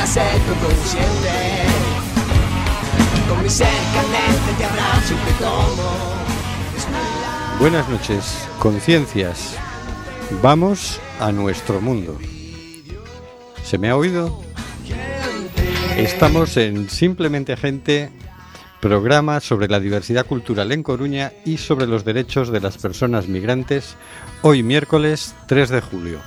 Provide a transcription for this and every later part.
sei più consciente. Con mi ser candente ti abbraccio y te tomo. Buenas noches, conciencias. Vamos a nuestro mundo. ¿Se me ha oído? Estamos en Simplemente Gente, programa sobre la diversidad cultural en Coruña y sobre los derechos de las personas migrantes, hoy miércoles 3 de julio.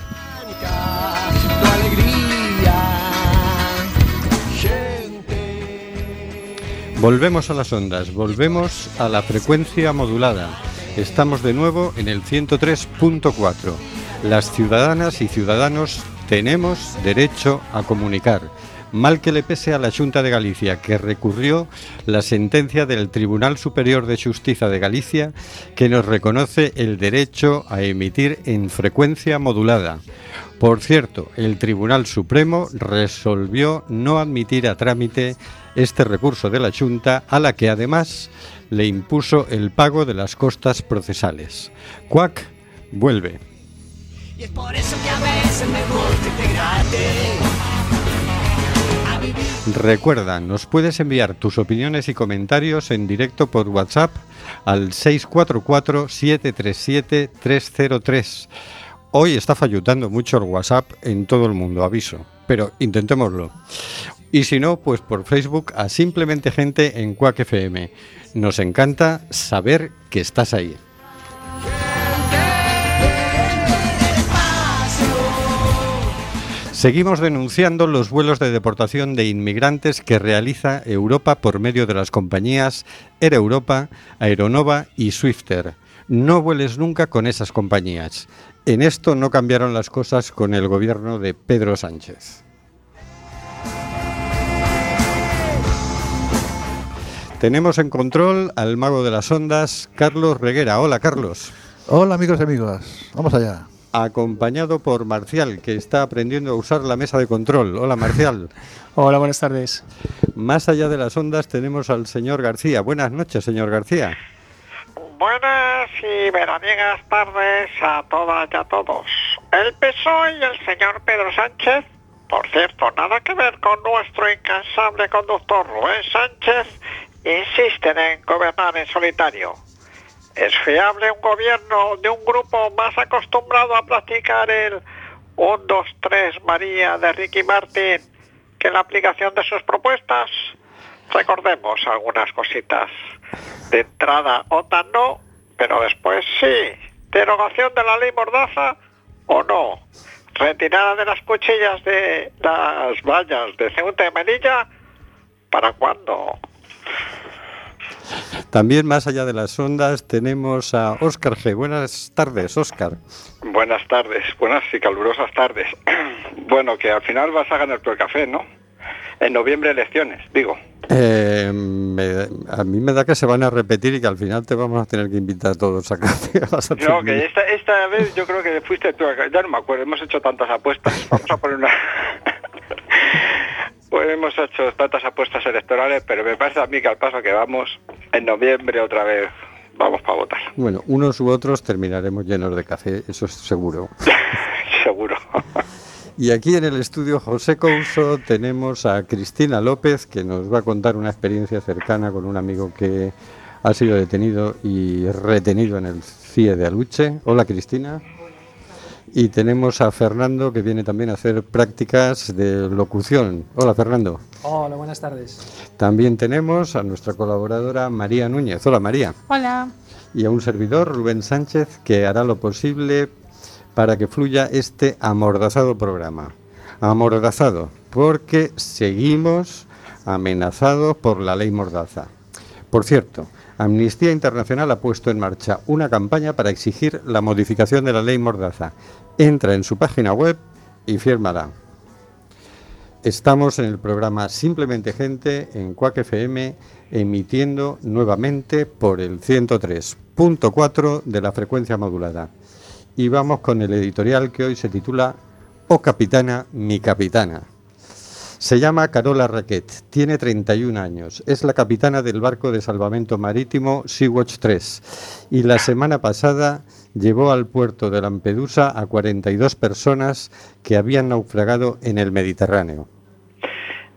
Volvemos a las ondas, volvemos a la frecuencia modulada. Estamos de nuevo en el 103.4. Las ciudadanas y ciudadanos tenemos derecho a comunicar. Mal que le pese a la Xunta de Galicia, que recurrió la sentencia del Tribunal Superior de Xustiza de Galicia, que nos reconoce el derecho a emitir en frecuencia modulada. Por cierto, el Tribunal Supremo resolvió no admitir a trámite este recurso de la Xunta, a la que además le impuso el pago de las costas procesales. Cuac vuelve. Y es por eso que a veces me gusta integrarte. Recuerda, nos puedes enviar tus opiniones y comentarios en directo por WhatsApp al 644-737-303. Hoy está fallutando mucho el WhatsApp en todo el mundo, aviso, pero intentémoslo. Y si no, pues por Facebook a Simplemente Gente en Cuac FM. Nos encanta saber que estás ahí. Seguimos denunciando los vuelos de deportación de inmigrantes que realiza Europa por medio de las compañías Air Europa, Aeronova y Swifter. No vueles nunca con esas compañías. En esto no cambiaron las cosas con el gobierno de Pedro Sánchez. Tenemos en control al mago de las ondas, Carlos Reguera. Hola, Carlos. Hola, amigos y amigas. Vamos allá. Acompañado por Marcial, que está aprendiendo a usar la mesa de control. Hola, Marcial. Hola, buenas tardes. Más allá de las ondas tenemos al señor García. Buenas noches, señor García. Buenas y veraniegas tardes a todas y a todos. El PSOE y el señor Pedro Sánchez, por cierto, nada que ver con nuestro incansable conductor Rubén Sánchez, insisten en gobernar en solitario. ¿Es fiable un gobierno de un grupo más acostumbrado a practicar el 1, 2, 3 María de Ricky Martin que la aplicación de sus propuestas? Recordemos algunas cositas. De entrada, OTAN no, pero después sí. Derogación de la ley Mordaza o no. Retirada de las cuchillas de las vallas de Ceuta y Melilla, ¿para cuándo? También más allá de las ondas tenemos a Óscar G. Buenas tardes, Óscar. Buenas tardes, buenas y calurosas tardes. Bueno, que al final vas a ganar tú el café, ¿no? En noviembre elecciones, digo. A mí me da que se van a repetir y que al final te vamos a tener que invitar a todos a café. No, que esta vez yo creo que fuiste tú, ya no me acuerdo, hemos hecho tantas apuestas. Vamos a poner una... Pues hemos hecho tantas apuestas electorales, pero me parece a mí que al paso que vamos, en noviembre otra vez vamos para votar. Bueno, unos u otros terminaremos llenos de café, eso es seguro. Seguro. Y aquí en el estudio José Couso tenemos a Cristina López, que nos va a contar una experiencia cercana con un amigo que ha sido detenido y retenido en el CIE de Aluche. Hola, Cristina. Y tenemos a Fernando, que viene también a hacer prácticas de locución. Hola, Fernando. Hola, buenas tardes. También tenemos a nuestra colaboradora María Núñez. Hola, María. Hola. Y a un servidor, Rubén Sánchez, que hará lo posible para que fluya este amordazado programa. Amordazado, porque seguimos amenazados por la ley Mordaza. Por cierto, Amnistía Internacional ha puesto en marcha una campaña para exigir la modificación de la ley Mordaza. Entra en su página web y fírmala. Estamos en el programa Simplemente Gente en Cuac FM, emitiendo nuevamente por el 103.4 de la frecuencia modulada. Y vamos con el editorial que hoy se titula «Oh capitana, mi capitana». Se llama Carola Raquet, tiene 31 años, es la capitana del barco de salvamento marítimo Sea-Watch 3 y la semana pasada llevó al puerto de Lampedusa a 42 personas que habían naufragado en el Mediterráneo.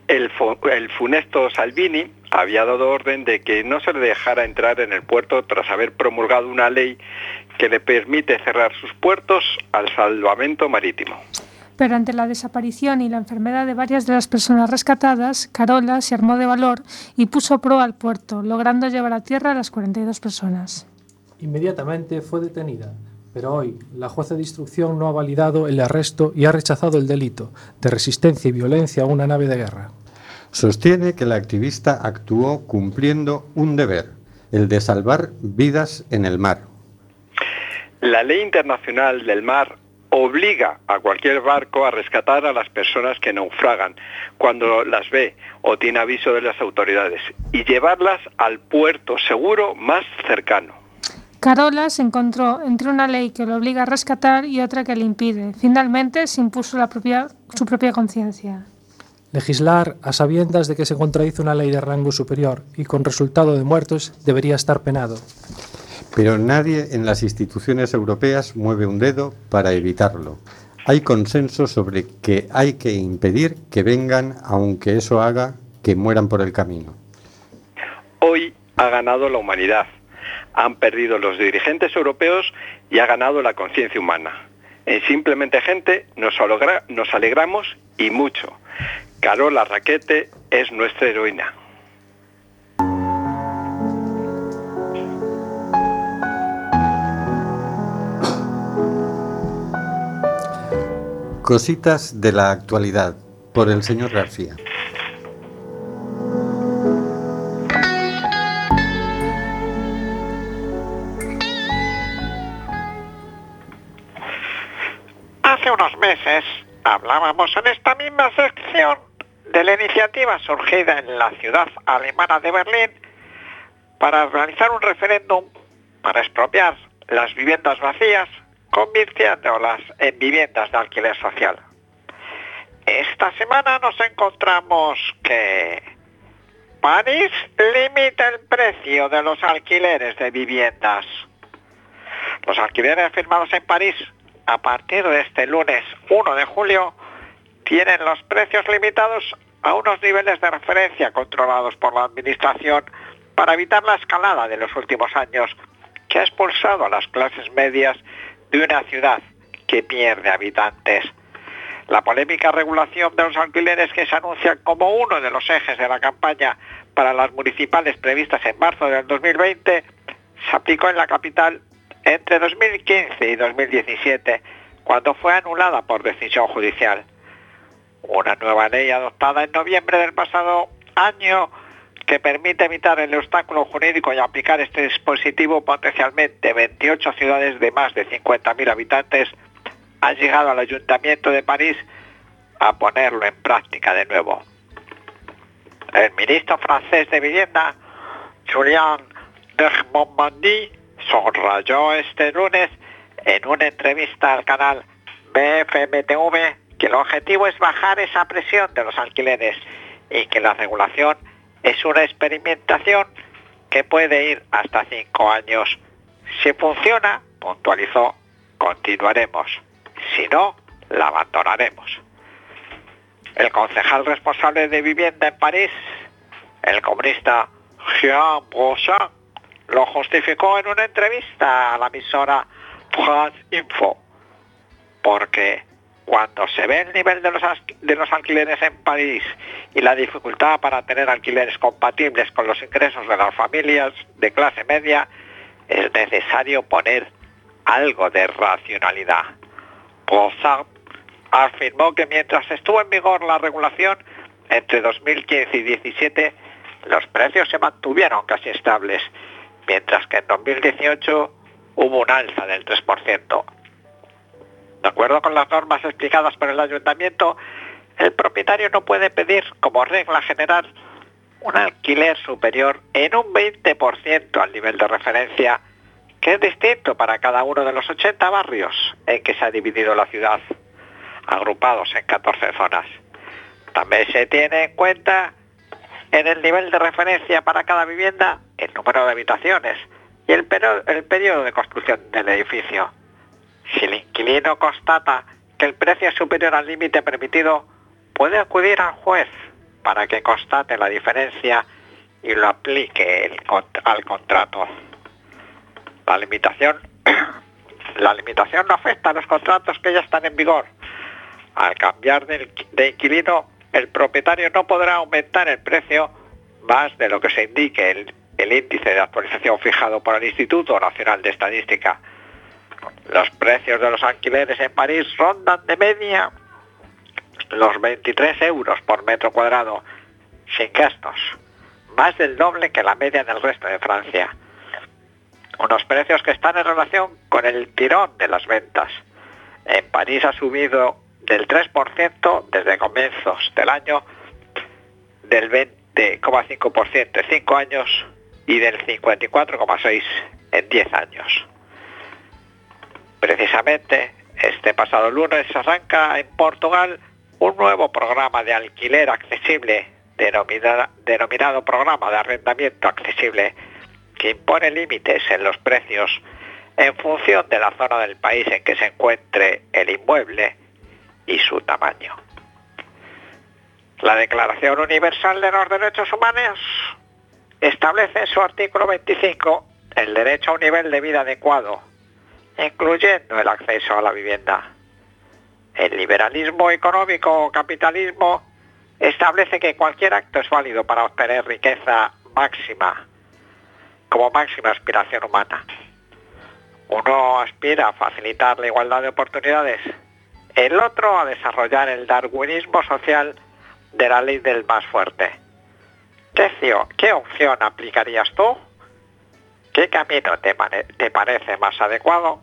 el funesto Salvini había dado orden de que no se le dejara entrar en el puerto tras haber promulgado una ley que le permite cerrar sus puertos al salvamento marítimo. Pero ante la desaparición y la enfermedad de varias de las personas rescatadas, Carola se armó de valor y puso proa al puerto, logrando llevar a tierra a las 42 personas. Inmediatamente fue detenida, pero hoy la jueza de instrucción no ha validado el arresto y ha rechazado el delito de resistencia y violencia a una nave de guerra. Sostiene que la activista actuó cumpliendo un deber, el de salvar vidas en el mar. La ley internacional del mar obliga a cualquier barco a rescatar a las personas que naufragan cuando las ve o tiene aviso de las autoridades y llevarlas al puerto seguro más cercano. Carola se encontró entre una ley que lo obliga a rescatar y otra que le impide. Finalmente se impuso su propia conciencia. Legislar a sabiendas de que se contradice una ley de rango superior y con resultado de muertos debería estar penado. Pero nadie en las instituciones europeas mueve un dedo para evitarlo. Hay consenso sobre que hay que impedir que vengan, aunque eso haga que mueran por el camino. Hoy ha ganado la humanidad. Han perdido los dirigentes europeos y ha ganado la conciencia humana. En Simplemente Gente nos alegramos y mucho. Carola Rackete es nuestra heroína. Cositas de la actualidad, por el señor García. Hace unos meses hablábamos en esta misma sección de la iniciativa surgida en la ciudad alemana de Berlín para realizar un referéndum para expropiar las viviendas vacías, convirtiéndolas en viviendas de alquiler social. Esta semana nos encontramos que París limita el precio de los alquileres de viviendas. Los alquileres firmados en París a partir de este lunes 1 de julio tienen los precios limitados a unos niveles de referencia controlados por la administración para evitar la escalada de los últimos años que ha expulsado a las clases medias de una ciudad que pierde habitantes. La polémica regulación de los alquileres, que se anuncia como uno de los ejes de la campaña para las municipales previstas en marzo del 2020, se aplicó en la capital entre 2015 y 2017, cuando fue anulada por decisión judicial. Una nueva ley adoptada en noviembre del pasado año que permite evitar el obstáculo jurídico y aplicar este dispositivo potencialmente 28 ciudades de más de 50.000 habitantes ha llegado al Ayuntamiento de París a ponerlo en práctica de nuevo. El ministro francés de Vivienda, Julien Denormandie, subrayó este lunes en una entrevista al canal BFM-TV que el objetivo es bajar esa presión de los alquileres y que la regulación es una experimentación que puede ir hasta 5 años. Si funciona, puntualizó, continuaremos. Si no, la abandonaremos. El concejal responsable de vivienda en París, el comunista Jean Brochamp, lo justificó en una entrevista a la emisora France Info, porque cuando se ve el nivel de los alquileres en París y la dificultad para tener alquileres compatibles con los ingresos de las familias de clase media, es necesario poner algo de racionalidad. Brochamp afirmó que mientras estuvo en vigor la regulación, entre 2015 y 2017, los precios se mantuvieron casi estables, mientras que en 2018 hubo un alza del 3%. De acuerdo con las normas explicadas por el ayuntamiento, el propietario no puede pedir como regla general un alquiler superior en un 20% al nivel de referencia, que es distinto para cada uno de los 80 barrios en que se ha dividido la ciudad, agrupados en 14 zonas. También se tiene en cuenta en el nivel de referencia para cada vivienda el número de habitaciones y el periodo de construcción del edificio. Si el inquilino constata que el precio es superior al límite permitido, puede acudir al juez para que constate la diferencia y lo aplique al contrato. La limitación no afecta a los contratos que ya están en vigor. Al cambiar de inquilino, el propietario no podrá aumentar el precio más de lo que se indique el índice de actualización fijado por el Instituto Nacional de Estadística. Los precios de los alquileres en París rondan de media los 23 euros por metro cuadrado, sin gastos, más del doble que la media del resto de Francia. Unos precios que están en relación con el tirón de las ventas. En París ha subido del 3% desde comienzos del año, del 20,5% en 5 años y del 54,6% en 10 años. Precisamente, este pasado lunes arranca en Portugal un nuevo programa de alquiler accesible, denominado Programa de Arrendamiento Accesible, que impone límites en los precios en función de la zona del país en que se encuentre el inmueble y su tamaño. La Declaración Universal de los Derechos Humanos establece en su artículo 25 el derecho a un nivel de vida adecuado, incluyendo el acceso a la vivienda. El liberalismo económico o capitalismo establece que cualquier acto es válido para obtener riqueza máxima, como máxima aspiración humana. Uno aspira a facilitar la igualdad de oportunidades, el otro a desarrollar el darwinismo social de la ley del más fuerte. ¿Qué opción aplicarías tú? ¿Qué camino te parece más adecuado?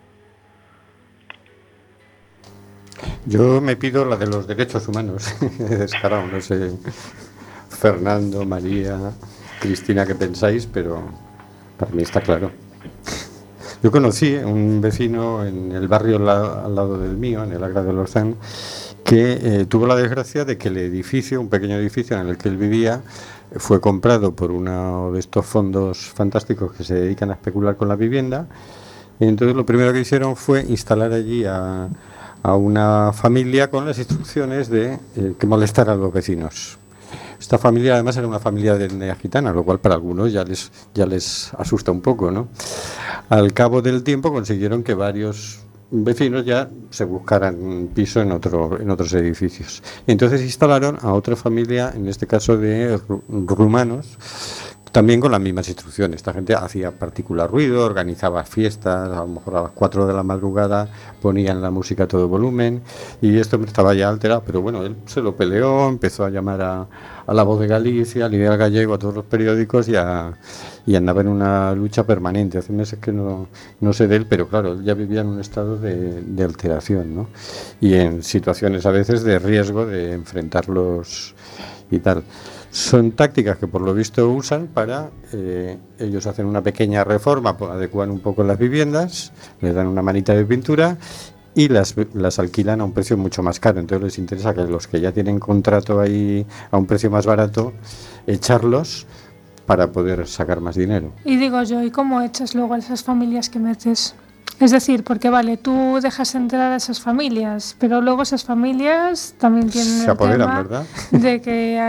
Yo me pido la de los derechos humanos. Descarado, no sé, Fernando, María, Cristina, ¿qué pensáis? Pero para mí está claro. Yo conocí un vecino en el barrio al lado del mío, en el Agra de Lorzán, que tuvo la desgracia de que el edificio, un pequeño edificio en el que él vivía, fue comprado por uno de estos fondos fantásticos que se dedican a especular con la vivienda. Y entonces lo primero que hicieron fue instalar allí a una familia con las instrucciones de que molestara a los vecinos. Esta familia además era una familia de etnia gitana, lo cual para algunos ya les asusta un poco, ¿no? Al cabo del tiempo consiguieron que varios vecinos ya se buscaran piso en otros edificios. Entonces instalaron a otra familia, en este caso de rumanos, también con las mismas instrucciones. Esta gente hacía particular ruido, organizaba fiestas, a lo mejor a las 4 de la madrugada ponían la música a todo volumen, y esto estaba ya alterado, pero bueno, él se lo peleó, empezó a llamar a La Voz de Galicia, al Ideal Gallego, a todos los periódicos, y andaba en una lucha permanente. Hace meses que no sé de él, pero claro, él ya vivía en un estado de alteración, ¿no? Y en situaciones a veces de riesgo de enfrentarlos y tal. Son tácticas que por lo visto usan para, ellos hacen una pequeña reforma, adecuan un poco las viviendas, les dan una manita de pintura y las alquilan a un precio mucho más caro. Entonces les interesa que los que ya tienen contrato ahí a un precio más barato, echarlos para poder sacar más dinero. Y digo yo, ¿y cómo echas luego a esas familias que metes? Es decir, porque vale, tú dejas entrar a esas familias, pero luego esas familias también tienen se el apoderan, tema ¿verdad? de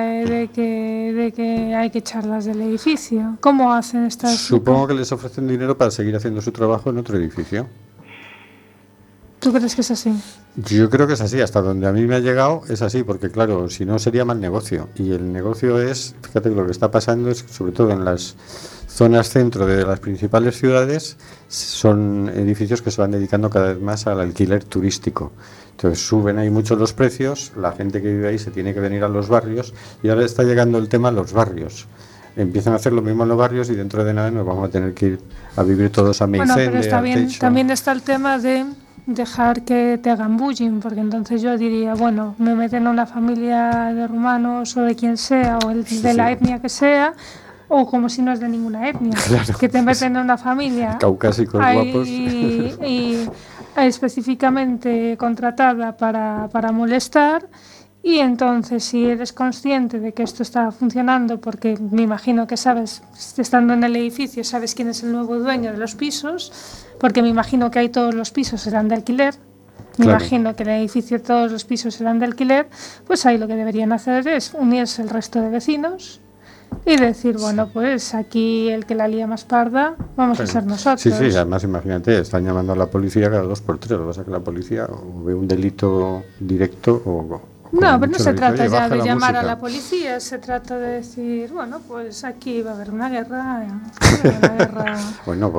que hay que echarlas del edificio. ¿Cómo hacen estas? Supongo que les ofrecen dinero para seguir haciendo su trabajo en otro edificio. ¿Tú crees que es así? Yo creo que es así, hasta donde a mí me ha llegado es así, porque claro, si no sería mal negocio. Y el negocio es, fíjate que lo que está pasando es, sobre todo en las zonas centro de las principales ciudades, son edificios que se van dedicando cada vez más al alquiler turístico. Entonces suben ahí mucho los precios, la gente que vive ahí se tiene que venir a los barrios, y ahora está llegando el tema a los barrios. Empiezan a hacer lo mismo en los barrios y dentro de nada nos vamos a tener que ir a vivir todos a Meicende, bueno, pero está bien, techo. también está el tema de dejar que te hagan bullying, porque entonces yo diría, bueno, me meten a una familia de rumanos o de quien sea, o de la etnia que sea, o como si no es de ninguna etnia, claro, que te meten en una familia caucásicos guapos y específicamente contratada para molestar. Y entonces, si eres consciente de que esto está funcionando, porque me imagino que sabes, estando en el edificio, sabes quién es el nuevo dueño de los pisos, porque me imagino que ahí todos los pisos serán de alquiler, Me Claro. imagino que el edificio, todos los pisos serán de alquiler, pues ahí lo que deberían hacer es unirse el resto de vecinos y decir, bueno, pues aquí el que la lía más parda vamos a ser nosotros. Sí, además imagínate, están llamando a la policía cada 2 por 3. Lo que pasa es que la policía o ve un delito directo o No, pero no se dice, trata "Oye, ya baja de la llamar a música". la policía, se trata de decir, bueno, pues aquí va a haber una guerra. Bueno.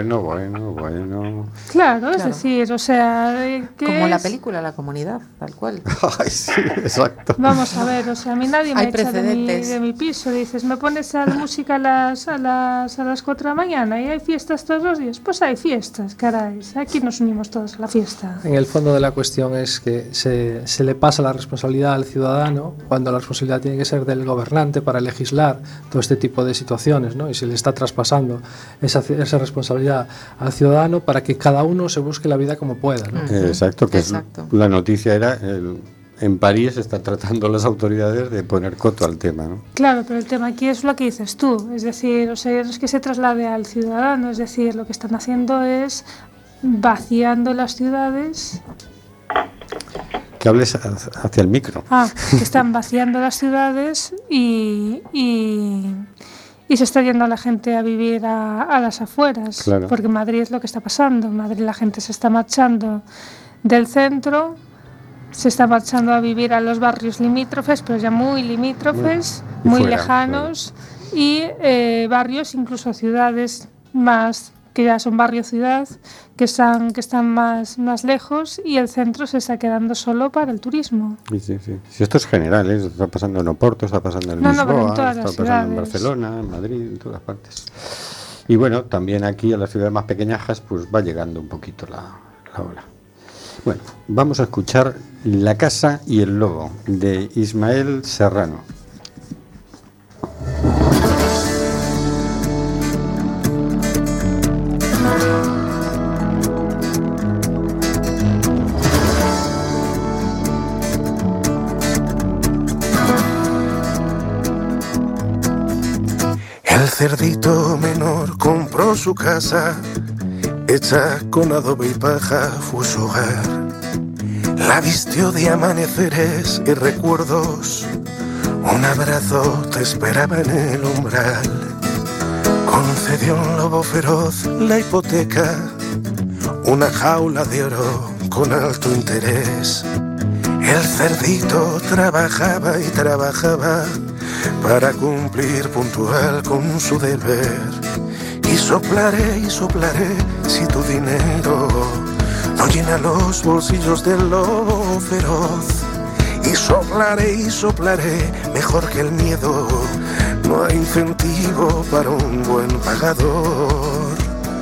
Claro, es Claro. decir, o sea, que Como la es- película La Comunidad, tal cual. Ay, sí, exacto. Vamos a ver, o sea, a mí nadie me Hay echa precedentes. de mi piso. Dices, me pones a la música a las 4 de la mañana y hay fiestas todos los días. Pues hay fiestas, caray. Aquí nos unimos todos a la fiesta. En el fondo de la cuestión es que se le pasa la responsabilidad al ciudadano cuando la responsabilidad tiene que ser del gobernante para legislar todo este tipo de situaciones, ¿no? Y se le está traspasando esa responsabilidad al ciudadano para que cada uno se busque la vida como pueda, ¿no? Exacto, que Exacto. la noticia era, en París están tratando las autoridades de poner coto al tema, ¿no? Claro, pero el tema aquí es lo que dices tú. Es decir, o sea, no es que se traslade al ciudadano. Es decir, lo que están haciendo es vaciando las ciudades. Que hables hacia el micro. Que están vaciando las ciudades y se está yendo la gente a vivir a las afueras. Claro. Porque en Madrid es lo que está pasando. En Madrid la gente se está marchando del centro, se está marchando a vivir a los barrios limítrofes, pero ya muy limítrofes, Y muy fuera, lejanos, y barrios, incluso ciudades más que ya son barrio-ciudad, que están más lejos, y el centro se está quedando solo para el turismo. Sí. Si esto es general, ¿eh? Esto está pasando en Oporto, está pasando en No, Lisboa, pero en todas está las pasando en ciudades. Barcelona, en Madrid, en todas partes. Y bueno, también aquí a las ciudades más pequeñajas pues va llegando un poquito la ola. Bueno, vamos a escuchar La casa y el lobo, de Ismael Serrano. El cerdito menor compró su casa, hecha con adobe y paja fue su hogar. La vistió de amaneceres y recuerdos, un abrazo te esperaba en el umbral. Concedió un lobo feroz la hipoteca, una jaula de oro con alto interés. El cerdito trabajaba y trabajaba para cumplir puntual con su deber. Y soplaré si tu dinero no llena los bolsillos del lobo feroz. Y soplaré mejor que el miedo, no hay incentivo para un buen pagador.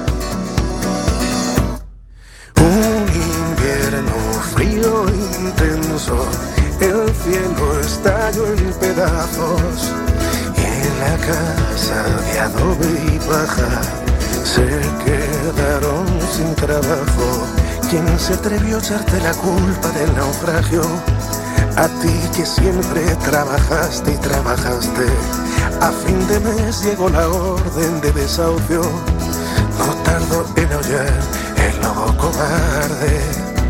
Un invierno frío intenso, el cielo estalló en pedazos y en la casa de adobe y paja se quedaron sin trabajo. ¿Quién se atrevió a echarte la culpa del naufragio? A ti que siempre trabajaste y trabajaste. A fin de mes llegó la orden de desahucio. No tardó en aullar el lobo cobarde.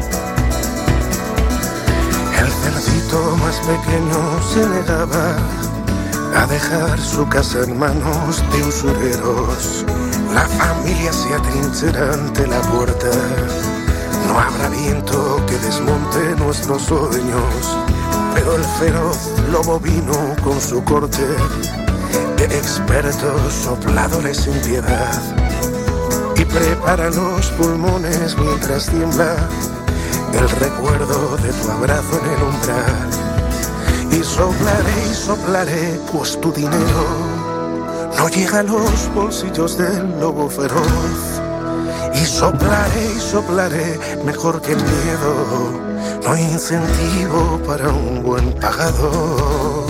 El cerdito más pequeño se negaba a dejar su casa en manos de usureros. La familia se atrinchera ante la puerta. No habrá viento que desmonte nuestros sueños, pero el feroz lobo vino con su corte de expertos sopladores sin piedad y prepara los pulmones mientras tiembla el recuerdo de tu abrazo en el umbral. Y soplaré, pues tu dinero no llega a los bolsillos del lobo feroz. Y soplaré, mejor que el miedo, no hay incentivo para un buen pagador.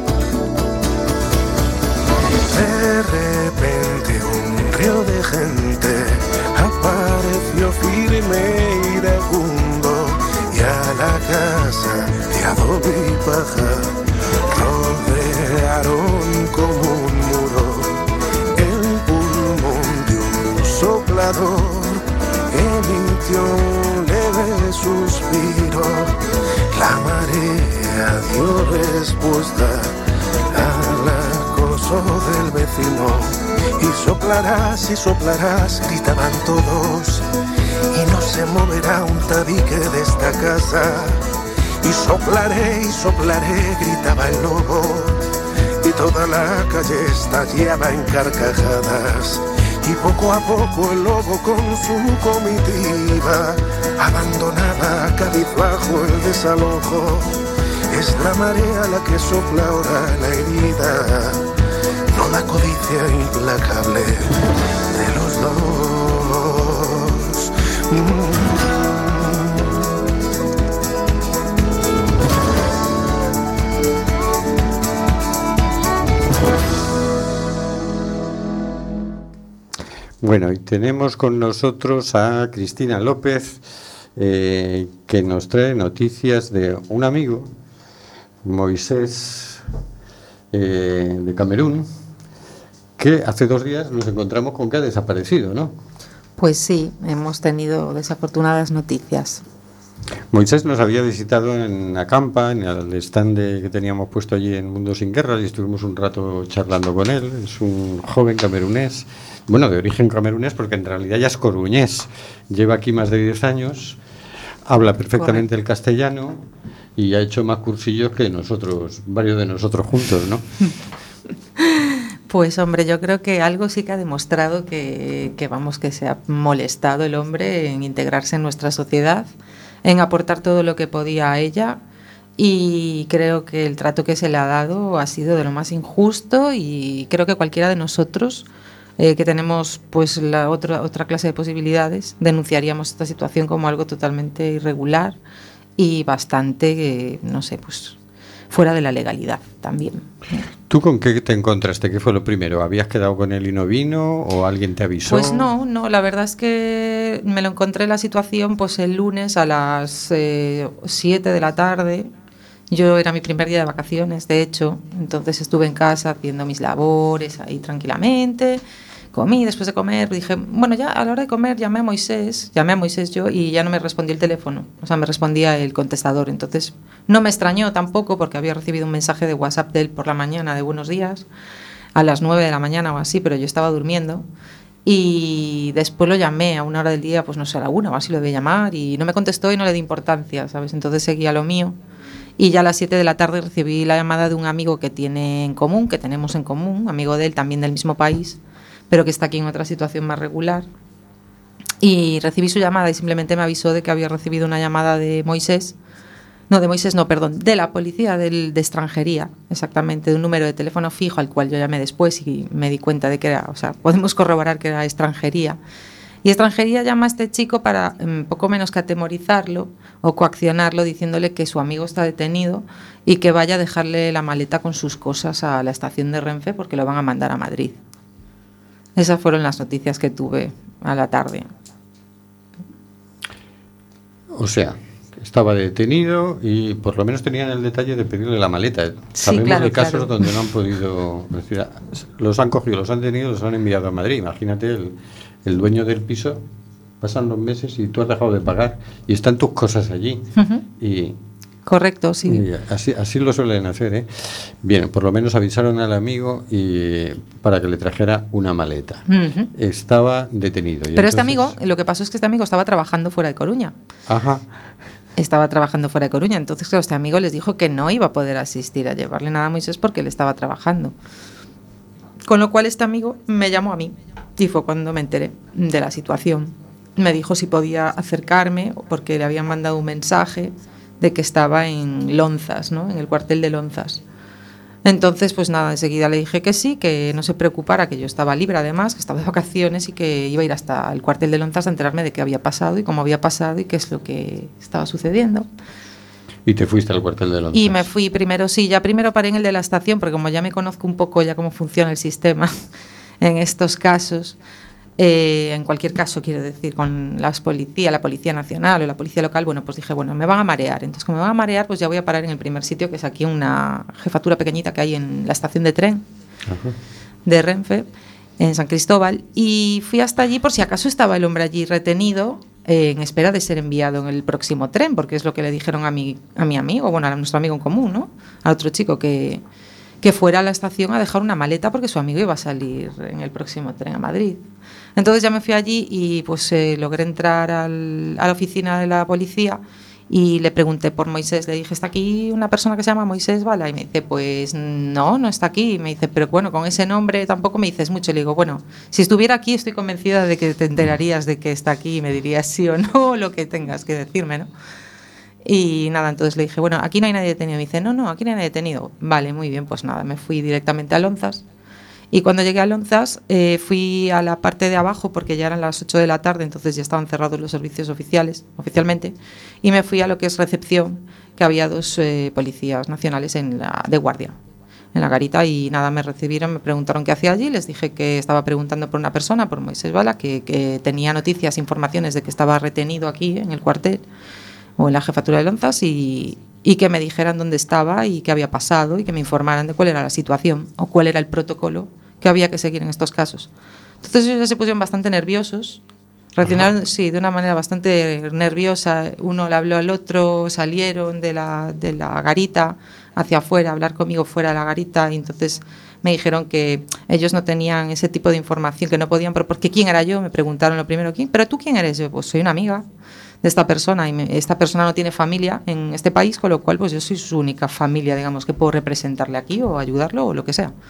De repente un río de gente apareció firme e iracundo, y a la casa de adobe y paja rodearon como un muro el pulmón de un soplador. Emitió leve suspiro respuesta al acoso del vecino. Y soplarás, gritaban todos, y no se moverá un tabique de esta casa. Y soplaré, gritaba el lobo, y toda la calle estallaba en carcajadas. Y poco a poco el lobo con su comitiva abandonaba cabizbajo el desalojo. Es la marea la que sopla ahora la herida, no la codicia implacable de los dos. Bueno, y tenemos con nosotros a Cristina López, que nos trae noticias de un amigo, Moisés, de Camerún, que hace 2 días nos encontramos con que ha desaparecido, ¿no? Pues sí, hemos tenido desafortunadas noticias. Moisés nos había visitado en Acampa, en el stand que teníamos puesto allí en Mundo Sin Guerras, y estuvimos un rato charlando con él. Es un joven camerunés, bueno, de origen camerunés, porque en realidad ya es coruñés. Lleva aquí más de 10 años, habla perfectamente el castellano y ha hecho más cursillos que nosotros, varios de nosotros juntos, ¿no? Pues hombre, yo creo que algo sí que ha demostrado que se ha molestado el hombre en integrarse en nuestra sociedad, en aportar todo lo que podía a ella, y creo que el trato que se le ha dado ha sido de lo más injusto, y creo que cualquiera de nosotros que tenemos pues la otra clase de posibilidades denunciaríamos esta situación como algo totalmente irregular y bastante, no sé, pues fuera de la legalidad también. ¿Tú con qué te encontraste? ¿Qué fue lo primero? ¿Habías quedado con él y no vino? ¿O alguien te avisó? Pues no, la verdad es que me lo encontré la situación pues el lunes a las 7 de la tarde. Yo era mi primer día de vacaciones, de hecho, entonces estuve en casa haciendo mis labores ahí tranquilamente. Comí, después de comer dije, bueno, ya a la hora de comer llamé a Moisés yo, y ya no me respondía el teléfono, o sea, me respondía el contestador. Entonces no me extrañó tampoco, porque había recibido un mensaje de WhatsApp de él por la mañana de buenos días, a las 9 de la mañana o así, pero yo estaba durmiendo, y después lo llamé a una hora del día, pues no sé, a la 1 o así lo debí llamar, y no me contestó y no le di importancia, ¿sabes? Entonces seguía lo mío. Y ya a las 7 de la tarde recibí la llamada de un amigo que tenemos en común, amigo de él, también del mismo país, pero que está aquí en otra situación más regular. Y recibí su llamada y simplemente me avisó de que había recibido una llamada de la policía de extranjería, exactamente, de un número de teléfono fijo al cual yo llamé después y me di cuenta de que era, o sea, podemos corroborar que era extranjería. Y extranjería llama a este chico para poco menos que atemorizarlo o coaccionarlo, diciéndole que su amigo está detenido y que vaya a dejarle la maleta con sus cosas a la estación de Renfe porque lo van a mandar a Madrid. Esas fueron las noticias que tuve a la tarde. O sea, estaba detenido y por lo menos tenían el detalle de pedirle la maleta. Sabemos de casos donde no han podido, es decir, los han cogido, los han tenido, los han enviado a Madrid. Imagínate el dueño del piso, pasan los meses y tú has dejado de pagar y están tus cosas allí. Uh-huh. Y correcto, sí. Y así lo suelen hacer, ¿eh? Bien, por lo menos avisaron al amigo para que le trajera una maleta. Uh-huh. Estaba detenido. Pero entonces, lo que pasó es que este amigo estaba trabajando fuera de Coruña. Ajá. Estaba trabajando fuera de Coruña, entonces claro, este amigo les dijo que no iba a poder asistir a llevarle nada a Moisés porque él estaba trabajando. Con lo cual este amigo me llamó a mí y fue cuando me enteré de la situación. Me dijo si podía acercarme porque le habían mandado un mensaje de que estaba en Lonzas, ¿no? En el cuartel de Lonzas. Entonces, pues nada, enseguida le dije que sí, que no se preocupara, que yo estaba libre además, que estaba de vacaciones y que iba a ir hasta el cuartel de Lonzas a enterarme de qué había pasado y cómo había pasado y qué es lo que estaba sucediendo. ¿Y te fuiste al cuartel de Lonzas? Y me fui primero paré en el de la estación, porque como ya me conozco un poco ya cómo funciona el sistema en estos casos, en cualquier caso, quiero decir, con la Policía Nacional o la Policía Local, bueno, pues dije, bueno, me van a marear. Entonces, como me van a marear, pues ya voy a parar en el primer sitio, que es aquí una jefatura pequeñita que hay en la estación de tren de Renfe, en San Cristóbal. Y fui hasta allí por si acaso estaba el hombre allí retenido en espera de ser enviado en el próximo tren, porque es lo que le dijeron a mi amigo, bueno, a nuestro amigo en común, ¿no? A otro chico que fuera a la estación a dejar una maleta porque su amigo iba a salir en el próximo tren a Madrid. Entonces ya me fui allí y pues logré entrar a la oficina de la policía y le pregunté por Moisés, le dije, ¿está aquí una persona que se llama Moisés Bala? Y me dice, pues no está aquí. Y me dice, pero bueno, con ese nombre tampoco me dices mucho. Y le digo, bueno, si estuviera aquí estoy convencida de que te enterarías de que está aquí y me dirías sí o no, lo que tengas que decirme, ¿no? Y nada, entonces le dije, bueno, aquí no hay nadie detenido. Me dice, no, aquí no hay nadie detenido. Vale, muy bien, pues nada, me fui directamente a Lonzas. Y cuando llegué a Lonzas fui a la parte de abajo porque ya eran las 8 de la tarde, entonces ya estaban cerrados los servicios oficialmente, y me fui a lo que es recepción, que había 2 policías nacionales de guardia en la garita, y nada, me recibieron, me preguntaron qué hacía allí, les dije que estaba preguntando por una persona, por Moisés Bala, que tenía noticias, informaciones de que estaba retenido aquí en el cuartel o en la jefatura de Lonzas, y que me dijeran dónde estaba y qué había pasado y que me informaran de cuál era la situación o cuál era el protocolo que había que seguir en estos casos. Entonces ellos ya se pusieron bastante nerviosos, reaccionaron de una manera bastante nerviosa, uno le habló al otro, salieron de la garita hacia afuera, a hablar conmigo fuera de la garita, y entonces me dijeron que ellos no tenían ese tipo de información, que no podían, porque ¿quién era yo? Me preguntaron lo primero, ¿quién? ¿Pero tú quién eres? Yo, pues soy una amiga de esta persona, y esta persona no tiene familia en este país, con lo cual pues yo soy su única familia, digamos, que puedo representarle aquí o ayudarlo o lo que sea.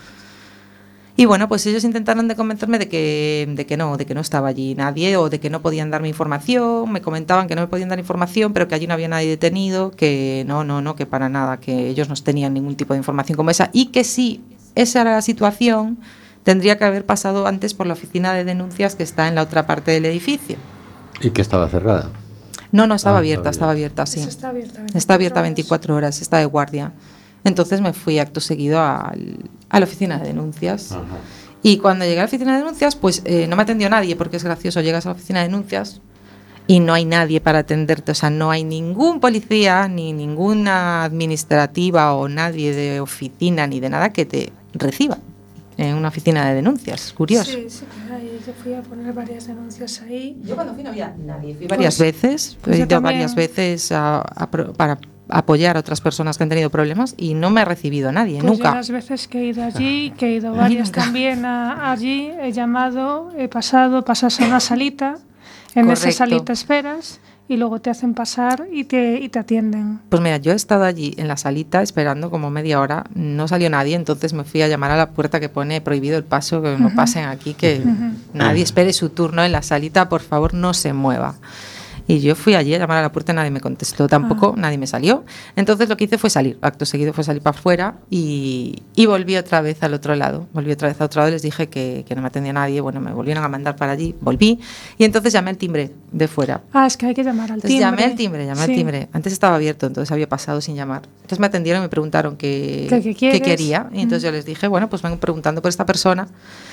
Y bueno, pues ellos intentaron de convencerme de que no estaba allí nadie, o de que no podían darme información. Me comentaban que no me podían dar información, pero que allí no había nadie detenido, que no, que para nada, que ellos no tenían ningún tipo de información como esa, y que si esa era la situación, tendría que haber pasado antes por la oficina de denuncias que está en la otra parte del edificio. ¿Y que estaba cerrada? No, estaba abierta, sí. Está abierta 24 horas, está de guardia. Entonces me fui acto seguido a la oficina de denuncias. Ajá. Y cuando llegué a la oficina de denuncias, pues no me atendió nadie, porque es gracioso, llegas a la oficina de denuncias y no hay nadie para atenderte, o sea, no hay ningún policía, ni ninguna administrativa o nadie de oficina ni de nada que te reciba en una oficina de denuncias. Es curioso. Sí, yo fui a poner varias denuncias ahí. Yo cuando fui no había nadie, fui varias veces, he ido varias veces para apoyar a otras personas que han tenido problemas y no me ha recibido nadie, pues nunca. Yo las veces que he ido allí, que he ido varias también allí, he llamado, pasas a una salita, en Correcto. Esa salita esperas y luego te hacen pasar y te atienden. Pues mira, yo he estado allí en la salita esperando como media hora, no salió nadie, entonces me fui a llamar a la puerta que pone prohibido el paso, que no pasen aquí, que nadie espere su turno en la salita, por favor no se mueva. Y yo fui allí a llamar a la puerta y nadie me contestó tampoco, nadie me salió. Entonces lo que hice fue salir, acto seguido fue salir para afuera y volví otra vez al otro lado. Les dije que no me atendía nadie, bueno, me volvieron a mandar para allí, volví y entonces llamé al timbre de fuera. Es que hay que llamar al timbre. Llamé al timbre. Antes estaba abierto, entonces había pasado sin llamar. Entonces me atendieron y me preguntaron qué quería. Y entonces yo les dije, bueno, pues vengo preguntando por esta persona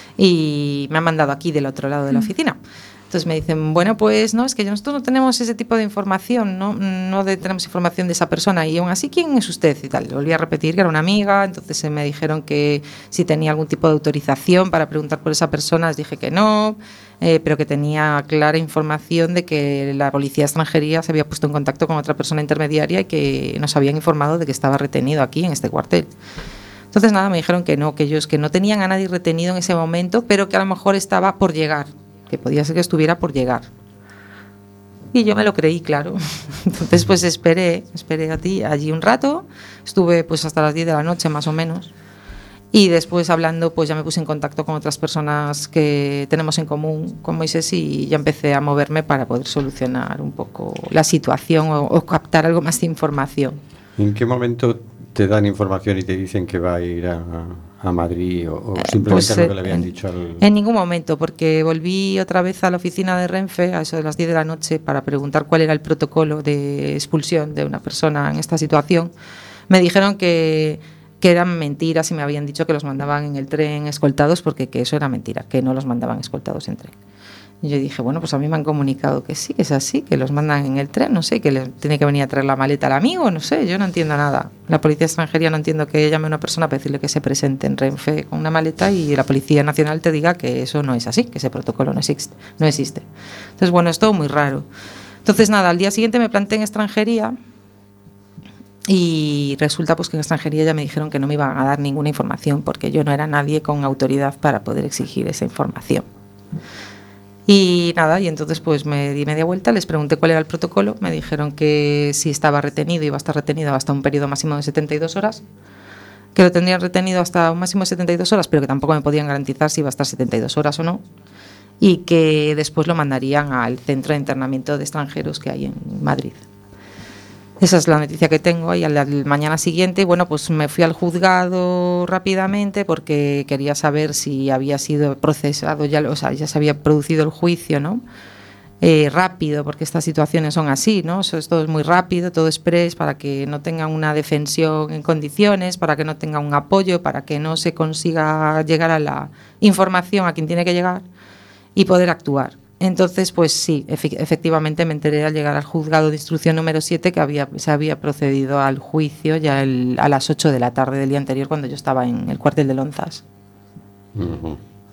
y me han mandado aquí del otro lado de la oficina. Entonces me dicen, bueno, pues no, es que nosotros no tenemos ese tipo de información, no tenemos información de esa persona, y aún así, ¿quién es usted? Y tal, le volví a repetir que era una amiga, entonces me dijeron que si tenía algún tipo de autorización para preguntar por esa persona, les dije que no, pero que tenía clara información de que la policía extranjería se había puesto en contacto con otra persona intermediaria y que nos habían informado de que estaba retenido aquí en este cuartel. Entonces nada, me dijeron que no, que ellos que no tenían a nadie retenido en ese momento, pero que a lo mejor estaba por llegar, que podía ser que estuviera por llegar. Y yo me lo creí, claro. Entonces pues esperé allí un rato, estuve pues hasta las 10 de la noche más o menos, y después hablando pues ya me puse en contacto con otras personas que tenemos en común con Moisés y ya empecé a moverme para poder solucionar un poco la situación o captar algo más de información. ¿En qué momento te dan información y te dicen que va a ir a Madrid o simplemente pues, lo que le habían dicho En ningún momento, porque volví otra vez a la oficina de Renfe a eso de las 10 de la noche para preguntar cuál era el protocolo de expulsión de una persona en esta situación. Me dijeron que eran mentiras y me habían dicho que los mandaban en el tren escoltados, porque que eso era mentira, que no los mandaban escoltados en tren. Y yo dije, bueno, pues a mí me han comunicado que sí, que es así, que los mandan en el tren, no sé, que le tiene que venir a traer la maleta al amigo, no sé, yo no entiendo nada. La policía extranjera no entiendo que llame a una persona para decirle que se presente en Renfe con una maleta y la Policía Nacional te diga que eso no es así, que ese protocolo no existe. Entonces, bueno, es todo muy raro. Entonces, nada, al día siguiente me planté en extranjería y resulta pues que en extranjería ya me dijeron que no me iban a dar ninguna información porque yo no era nadie con autoridad para poder exigir esa información. Y nada, y entonces pues me di media vuelta, les pregunté cuál era el protocolo, me dijeron que si estaba retenido iba a estar retenido hasta un periodo máximo de 72 horas, que lo tendrían retenido hasta un máximo de 72 horas, pero que tampoco me podían garantizar si iba a estar 72 horas o no, y que después lo mandarían al centro de internamiento de extranjeros que hay en Madrid. Esa es la noticia que tengo. Y al mañana siguiente, bueno, pues me fui al juzgado rápidamente porque quería saber si había sido procesado, ya se había producido el juicio, ¿no? Rápido, porque estas situaciones son así, ¿no? Eso es todo muy rápido, todo express, para que no tengan una defensión en condiciones, para que no tengan un apoyo, para que no se consiga llegar a la información a quien tiene que llegar y poder actuar. Entonces, pues sí, efectivamente me enteré al llegar al juzgado de instrucción número 7 que se había procedido al juicio ya a las 8 de la tarde del día anterior, cuando yo estaba en el cuartel de Lonzas. Uh-huh.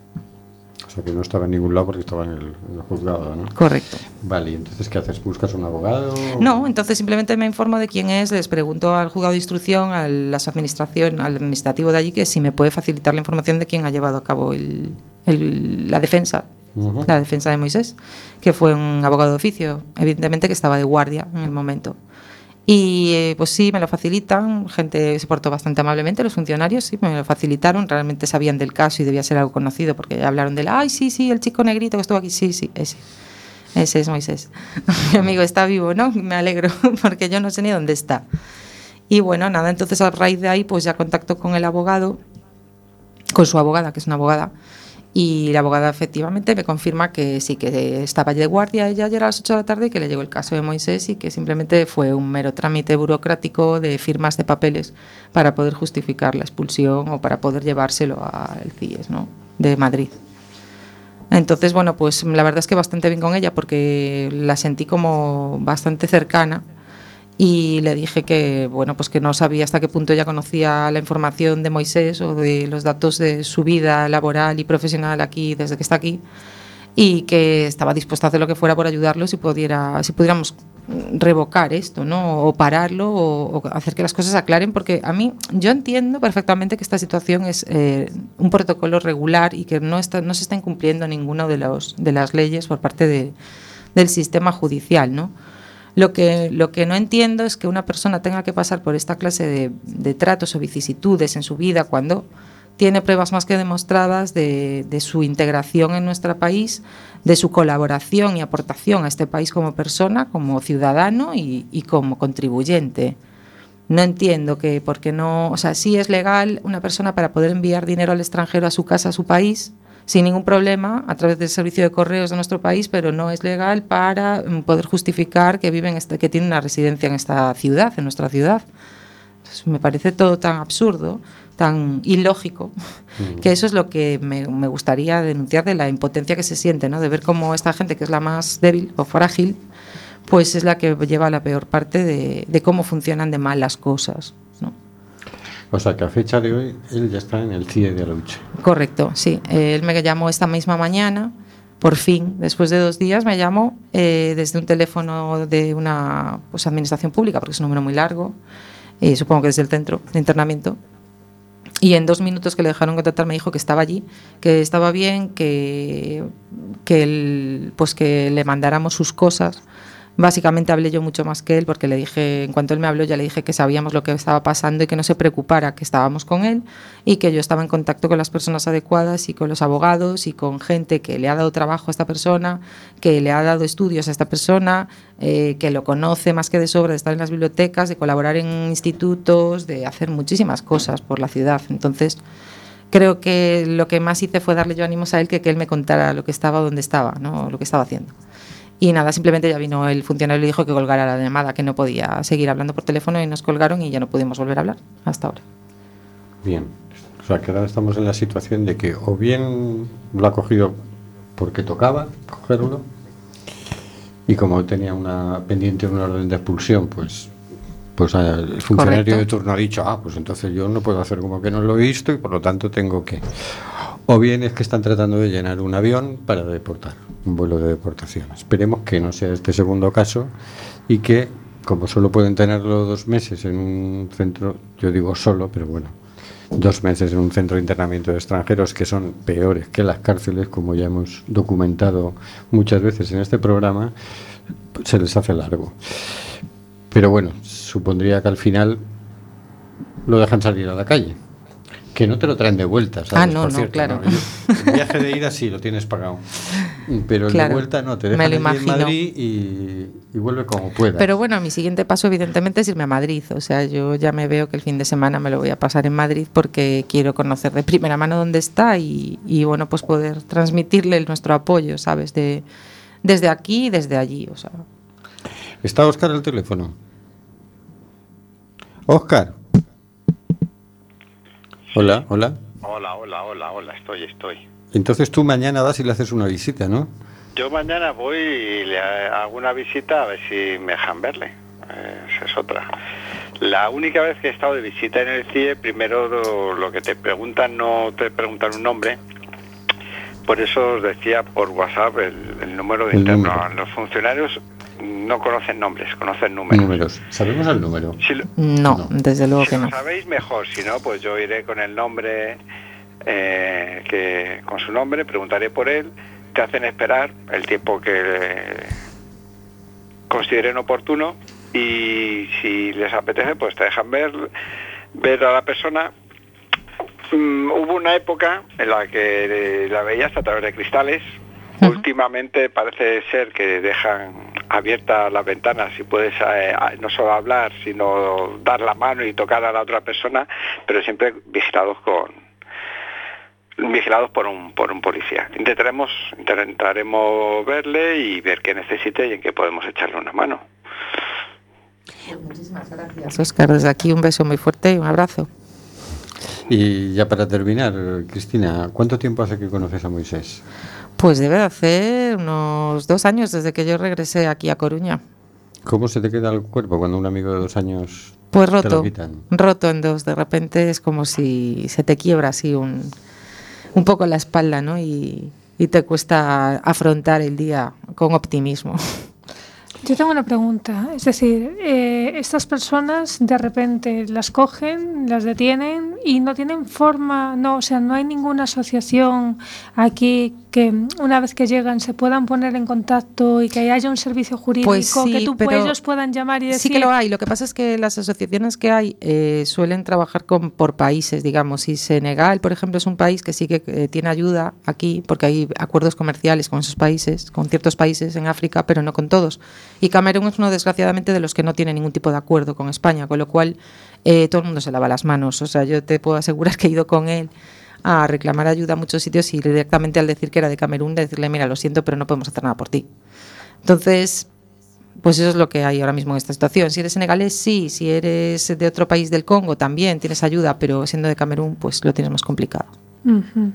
O sea que no estaba en ningún lado porque estaba en el juzgado, ¿no? Correcto. Vale, ¿y entonces qué haces? ¿Buscas un abogado? No, entonces simplemente me informo de quién es, les pregunto al juzgado de instrucción, al administrativo de allí, que si me puede facilitar la información de quién ha llevado a cabo la defensa. Uh-huh. La defensa de Moisés, que fue un abogado de oficio, evidentemente que estaba de guardia en el momento. Y pues sí, me lo facilitan, gente se portó bastante amablemente, los funcionarios sí, me lo facilitaron, realmente sabían del caso y debía ser algo conocido, porque ya hablaron del, ay, sí, el chico negrito que estuvo aquí, sí, ese es Moisés. Mi amigo está vivo, ¿no? Me alegro, porque yo no sé ni dónde está. Y bueno, nada, entonces a raíz de ahí, pues ya contacto con el abogado, con su abogada, que es una abogada, y la abogada efectivamente me confirma que sí, que estaba de guardia ella ayer a las 8 de la tarde y que le llegó el caso de Moisés y que simplemente fue un mero trámite burocrático de firmas de papeles para poder justificar la expulsión o para poder llevárselo al CIES, ¿no?, de Madrid. Entonces, bueno, pues la verdad es que bastante bien con ella porque la sentí como bastante cercana. Y le dije que, bueno, pues que no sabía hasta qué punto ella conocía la información de Moisés o de los datos de su vida laboral y profesional aquí, desde que está aquí, y que estaba dispuesta a hacer lo que fuera por ayudarlo si pudiéramos revocar esto, ¿no? O pararlo o hacer que las cosas se aclaren, porque yo entiendo perfectamente que esta situación es un protocolo regular y que no se está incumpliendo ninguna de las leyes por parte del sistema judicial, ¿no? Lo que no entiendo es que una persona tenga que pasar por esta clase de tratos o vicisitudes en su vida cuando tiene pruebas más que demostradas de su integración en nuestro país, de su colaboración y aportación a este país como persona, como ciudadano y como contribuyente. No entiendo que, porque no, o sea, sí es legal una persona para poder enviar dinero al extranjero, a su casa, a su país, sin ningún problema, a través del servicio de correos de nuestro país, pero no es legal para poder justificar que que tiene una residencia en esta ciudad, en nuestra ciudad. Entonces, me parece todo tan absurdo, tan ilógico, que eso es lo que me gustaría denunciar, de la impotencia que se siente, ¿no?, de ver cómo esta gente, que es la más débil o frágil, pues es la que lleva la peor parte de cómo funcionan de mal las cosas, ¿no? O sea, que a fecha de hoy él ya está en el CIE de Aluche. Correcto, sí. Él me llamó esta misma mañana, por fin, después de 2 días, me llamó desde un teléfono de una administración pública, porque es un número muy largo, supongo que desde el centro de internamiento. Y en 2 minutos que le dejaron contactar me dijo que estaba allí, que estaba bien, que le mandáramos sus cosas. Básicamente hablé yo mucho más que él, porque le dije, en cuanto él me habló, ya le dije que sabíamos lo que estaba pasando y que no se preocupara, que estábamos con él y que yo estaba en contacto con las personas adecuadas y con los abogados y con gente que le ha dado trabajo a esta persona, que le ha dado estudios a esta persona, que lo conoce más que de sobra, de estar en las bibliotecas, de colaborar en institutos, de hacer muchísimas cosas por la ciudad. Entonces, creo que lo que más hice fue darle yo ánimos a él, que él me contara lo que estaba, dónde estaba, ¿no?, lo que estaba haciendo. Y nada, simplemente ya vino el funcionario y le dijo que colgara la llamada, que no podía seguir hablando por teléfono, y nos colgaron y ya no pudimos volver a hablar hasta ahora. Bien, o sea que ahora estamos en la situación de que o bien lo ha cogido porque tocaba cogerlo. Y como tenía una pendiente, una orden de expulsión, pues el funcionario Correcto. de turno ha dicho, pues entonces yo no puedo hacer como que no lo he visto y por lo tanto tengo que... O bien es que están tratando de llenar un avión para deportar, un vuelo de deportación. Esperemos que no sea este segundo caso y que, como solo pueden tenerlo 2 meses en un centro, yo digo solo, pero bueno, 2 meses en un centro de internamiento de extranjeros, que son peores que las cárceles, como ya hemos documentado muchas veces en este programa, se les hace largo. Pero bueno, supondría que al final lo dejan salir a la calle. Que no te lo traen de vuelta, ¿sabes? No, Por no, cierto, claro. El viaje de ida sí lo tienes pagado, pero el Claro, de vuelta no, te me dejan lo allí en imagino. Madrid y vuelve como puedas. Pero bueno, mi siguiente paso evidentemente es irme a Madrid. O sea, yo ya me veo que el fin de semana me lo voy a pasar en Madrid porque quiero conocer de primera mano dónde está y bueno, pues poder transmitirle nuestro apoyo, ¿sabes? Desde aquí y desde allí, o sea. ¿Está Óscar al teléfono? Óscar. Hola, hola. Hola, estoy. Entonces tú mañana vas y le haces una visita, ¿no? Yo mañana voy y le hago una visita a ver si me dejan verle. Esa es otra. La única vez que he estado de visita en el CIE, primero lo que te preguntan, no te preguntan un nombre. Por eso os decía por WhatsApp el número de interno. Los funcionarios no conocen nombres, conocen números. ¿Sabemos el número? No, desde luego que no. Si lo sabéis, mejor. Si no, pues yo iré con el nombre, con su nombre, preguntaré por él. Te hacen esperar el tiempo que consideren oportuno y si les apetece, pues te dejan ver a la persona. Hubo una época en la que la veías a través de cristales. Últimamente parece ser que dejan abiertas las ventanas y puedes no solo hablar, sino dar la mano y tocar a la otra persona, pero siempre vigilados por un policía. Intentaremos verle y ver qué necesite y en qué podemos echarle una mano. Muchísimas gracias, Óscar. Desde aquí un beso muy fuerte y un abrazo. Y ya para terminar, Cristina, ¿cuánto tiempo hace que conoces a Moisés? Pues debe de hacer unos 2 años desde que yo regresé aquí a Coruña. ¿Cómo se te queda el cuerpo cuando un amigo de 2 años pues te lo quitan? Roto en 2. De repente es como si se te quiebra así un poco la espalda, ¿no? Y te cuesta afrontar el día con optimismo. Yo tengo una pregunta, es decir, estas personas de repente las cogen, las detienen y no tienen forma, no hay ninguna asociación aquí que una vez que llegan se puedan poner en contacto y que haya un servicio jurídico, pues sí, que ellos puedan llamar y decir... Sí que lo hay, lo que pasa es que las asociaciones que hay suelen trabajar por países, digamos, y Senegal, por ejemplo, es un país que sí que tiene ayuda aquí, porque hay acuerdos comerciales con esos países, con ciertos países en África, pero no con todos. Y Camerún es uno, desgraciadamente, de los que no tiene ningún tipo de acuerdo con España, con lo cual todo el mundo se lava las manos. O sea, yo te puedo asegurar que he ido con él a reclamar ayuda a muchos sitios y directamente al decir que era de Camerún, decirle, mira, lo siento, pero no podemos hacer nada por ti. Entonces, pues eso es lo que hay ahora mismo en esta situación. Si eres senegalés, sí. Si eres de otro país del Congo, también tienes ayuda, pero siendo de Camerún, pues lo tienes más complicado. Uh-huh.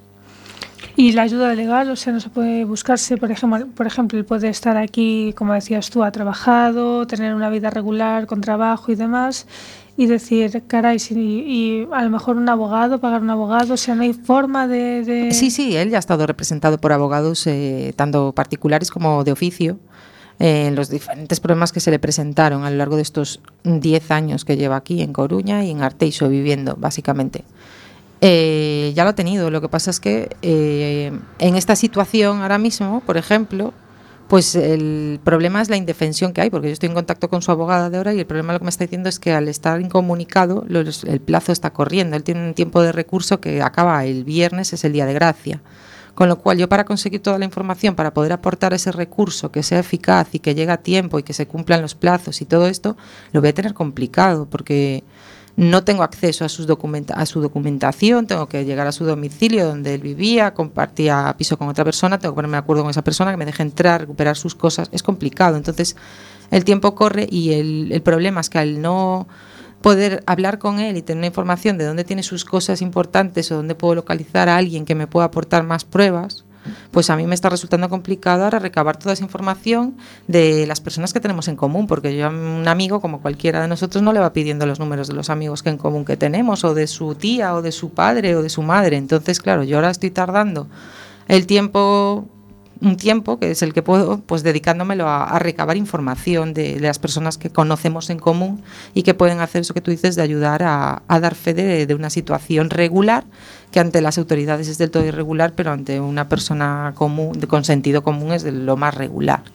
Y la ayuda legal, o sea, no se puede buscarse, por ejemplo, él puede estar aquí, como decías tú, ha trabajado, tener una vida regular con trabajo y demás, y decir, caray, y a lo mejor un abogado, pagar un abogado, o sea, no hay forma de... Sí, él ya ha estado representado por abogados, tanto particulares como de oficio, en los diferentes problemas que se le presentaron a lo largo de estos 10 años que lleva aquí en Coruña y en Arteixo viviendo, básicamente. Ya lo ha tenido, lo que pasa es que en esta situación ahora mismo, por ejemplo, pues el problema es la indefensión que hay, porque yo estoy en contacto con su abogada de ahora y el problema lo que me está diciendo es que al estar incomunicado el plazo está corriendo, él tiene un tiempo de recurso que acaba el viernes, es el día de gracia, con lo cual yo para conseguir toda la información, para poder aportar ese recurso que sea eficaz y que llegue a tiempo y que se cumplan los plazos y todo esto, lo voy a tener complicado porque... No tengo acceso a su documentación, tengo que llegar a su domicilio donde él vivía, compartía piso con otra persona, tengo que ponerme de acuerdo con esa persona, que me deje entrar, recuperar sus cosas, es complicado. Entonces el tiempo corre y el problema es que al no poder hablar con él y tener una información de dónde tiene sus cosas importantes o dónde puedo localizar a alguien que me pueda aportar más pruebas, pues a mí me está resultando complicado ahora recabar toda esa información de las personas que tenemos en común, porque yo a un amigo, como cualquiera de nosotros, no le va pidiendo los números de los amigos que en común que tenemos, o de su tía, o de su padre, o de su madre. Entonces, claro, yo ahora estoy tardando un tiempo, que es el que puedo, pues dedicándomelo a recabar información de las personas que conocemos en común y que pueden hacer eso que tú dices, de ayudar a dar fe de una situación regular, que ante las autoridades es del todo irregular, pero ante una persona común, con sentido común, es de lo más regular.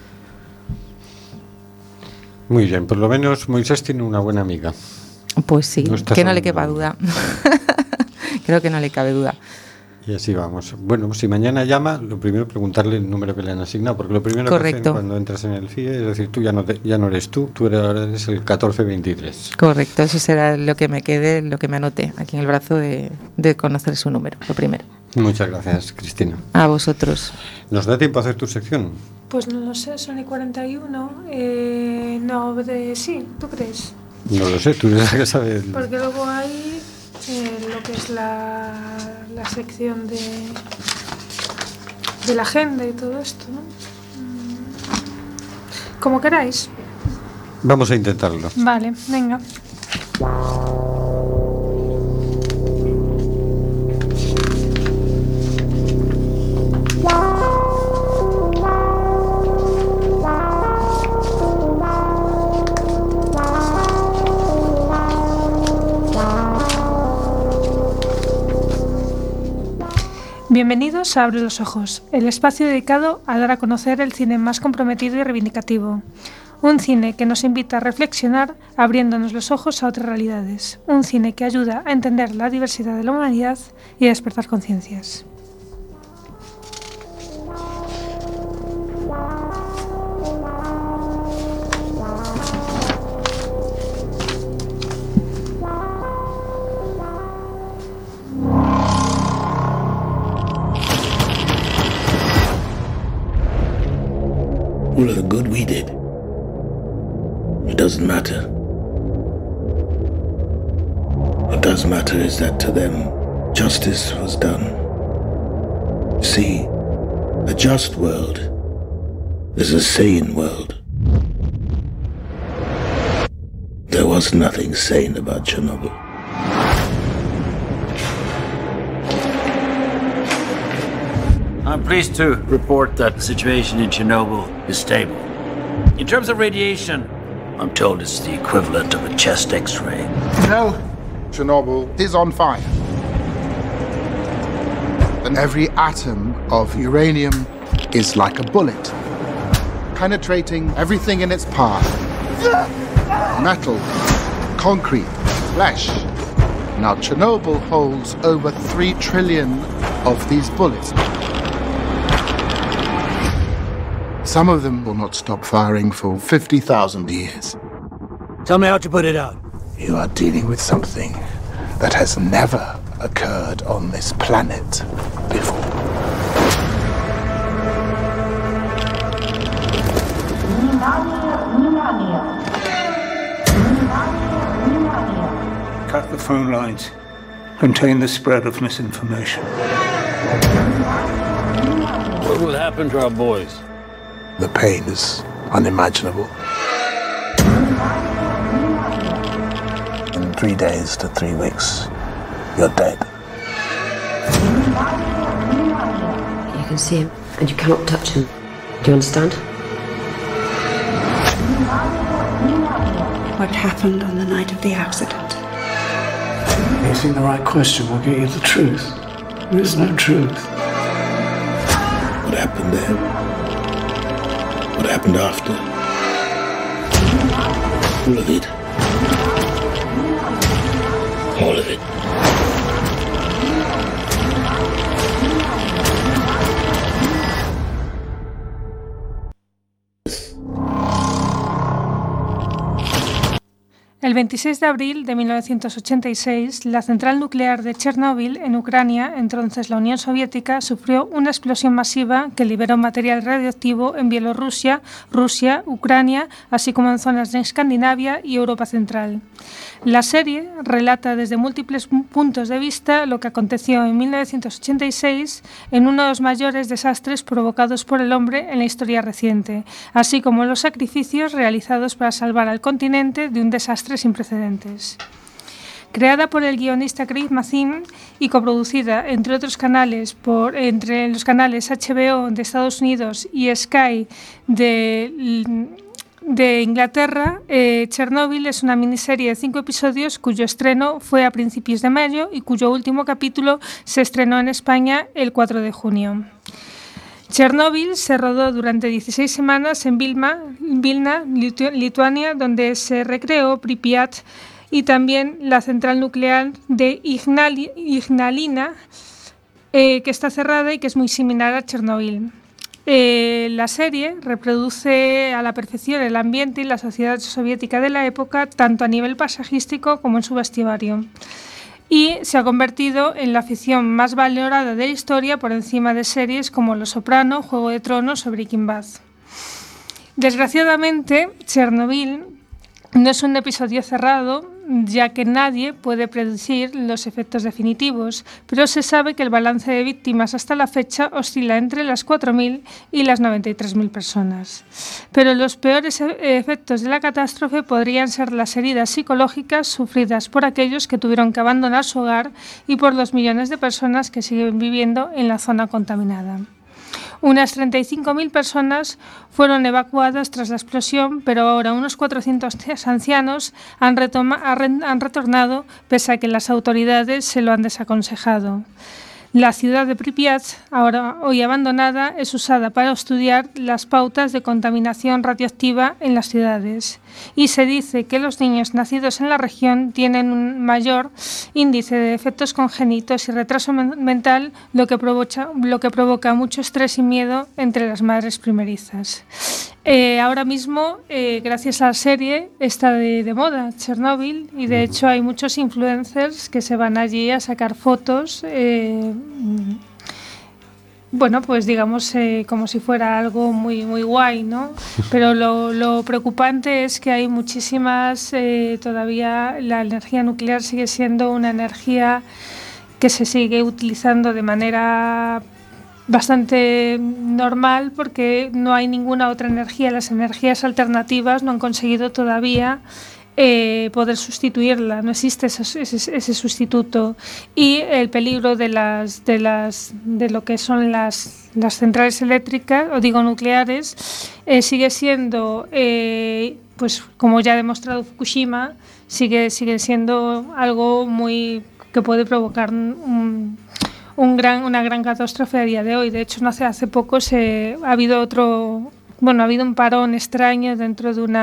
Muy bien, por lo menos Moisés tiene una buena amiga. Pues sí, que no le quepa duda. Creo que no le cabe duda. Y así vamos. Bueno, si mañana llama, lo primero es preguntarle el número que le han asignado, porque lo primero que hacen cuando entras en el FIE es decir, tú ya no eres tú ahora eres el 1423. Correcto, eso será lo que me quede, lo que me anote aquí en el brazo de conocer su número, lo primero. Muchas gracias, Cristina. A vosotros. ¿Nos da tiempo a hacer tu sección? Pues no lo sé, son y 41. Sí, ¿tú crees? No lo sé, tú eres la que sabes. Porque luego hay lo que es la sección de la agenda y todo esto, ¿no? Como queráis. Vamos a intentarlo. Vale, venga. Bienvenidos a Abre los Ojos, el espacio dedicado a dar a conocer el cine más comprometido y reivindicativo. Un cine que nos invita a reflexionar abriéndonos los ojos a otras realidades. Un cine que ayuda a entender la diversidad de la humanidad y a despertar conciencias. All of the good we did, it doesn't matter. What does matter is that to them, justice was done. See, a just world is a sane world. There was nothing sane about Chernobyl. I'm pleased to report that the situation in Chernobyl is stable. In terms of radiation, I'm told it's the equivalent of a chest X-ray. No, Chernobyl is on fire. And every atom of uranium is like a bullet, penetrating everything in its path. Metal, concrete, flesh. Now Chernobyl holds over 3 trillion of these bullets. Some of them will not stop firing for 50,000 years. Tell me how to put it out. You are dealing with something that has never occurred on this planet before. Cut the phone lines. Contain the spread of misinformation. What will happen to our boys? The pain is unimaginable. In 3 days to 3 weeks, you're dead. You can see him, and you cannot touch him. Do you understand? What happened on the night of the accident? Asking the right question will get you the truth. There is no truth. What happened then? What happened after? All of it. All of it. El 26 de abril de 1986, la central nuclear de Chernóbil, en Ucrania, entonces la Unión Soviética, sufrió una explosión masiva que liberó material radioactivo en Bielorrusia, Rusia, Ucrania, así como en zonas de Escandinavia y Europa Central. La serie relata desde múltiples puntos de vista lo que aconteció en 1986 en uno de los mayores desastres provocados por el hombre en la historia reciente, así como los sacrificios realizados para salvar al continente de un desastre sin precedentes. Creada por el guionista Craig Mazin y coproducida entre los canales HBO de Estados Unidos y Sky de Inglaterra, Chernóbil es una miniserie de 5 episodios cuyo estreno fue a principios de mayo y cuyo último capítulo se estrenó en España el 4 de junio. Chernóbil se rodó durante 16 semanas en Vilna, Lituania, donde se recreó Pripyat y también la central nuclear de Ignalina, que está cerrada y que es muy similar a Chernóbil. La serie reproduce a la perfección el ambiente y la sociedad soviética de la época, tanto a nivel paisajístico como en su vestuario, y se ha convertido en la ficción más valorada de la historia por encima de series como Los Soprano, Juego de Tronos o Breaking Bad. Desgraciadamente, Chernóbil no es un episodio cerrado, ya que nadie puede predecir los efectos definitivos, pero se sabe que el balance de víctimas hasta la fecha oscila entre las 4.000 y las 93.000 personas. Pero los peores efectos de la catástrofe podrían ser las heridas psicológicas sufridas por aquellos que tuvieron que abandonar su hogar y por los millones de personas que siguen viviendo en la zona contaminada. Unas 35.000 personas fueron evacuadas tras la explosión, pero ahora unos 400 ancianos han retornado, pese a que las autoridades se lo han desaconsejado. La ciudad de Pripyat, hoy abandonada, es usada para estudiar las pautas de contaminación radioactiva en las ciudades. Y se dice que los niños nacidos en la región tienen un mayor índice de defectos congénitos y retraso mental, lo que provoca mucho estrés y miedo entre las madres primerizas. Ahora mismo, gracias a la serie, está de moda Chernóbil, y de hecho hay muchos influencers que se van allí a sacar fotos, bueno, pues digamos como si fuera algo muy, muy guay, ¿no? Pero lo preocupante es que hay muchísimas, todavía la energía nuclear sigue siendo una energía que se sigue utilizando de manera bastante normal, porque no hay ninguna otra energía. Las energías alternativas no han conseguido todavía poder sustituirla, no existe ese sustituto, y el peligro de lo que son las centrales eléctricas, o digo nucleares, sigue siendo, pues como ya ha demostrado Fukushima, sigue siendo algo muy que puede provocar una gran catástrofe a día de hoy. De hecho, no hace poco ha habido un parón extraño dentro de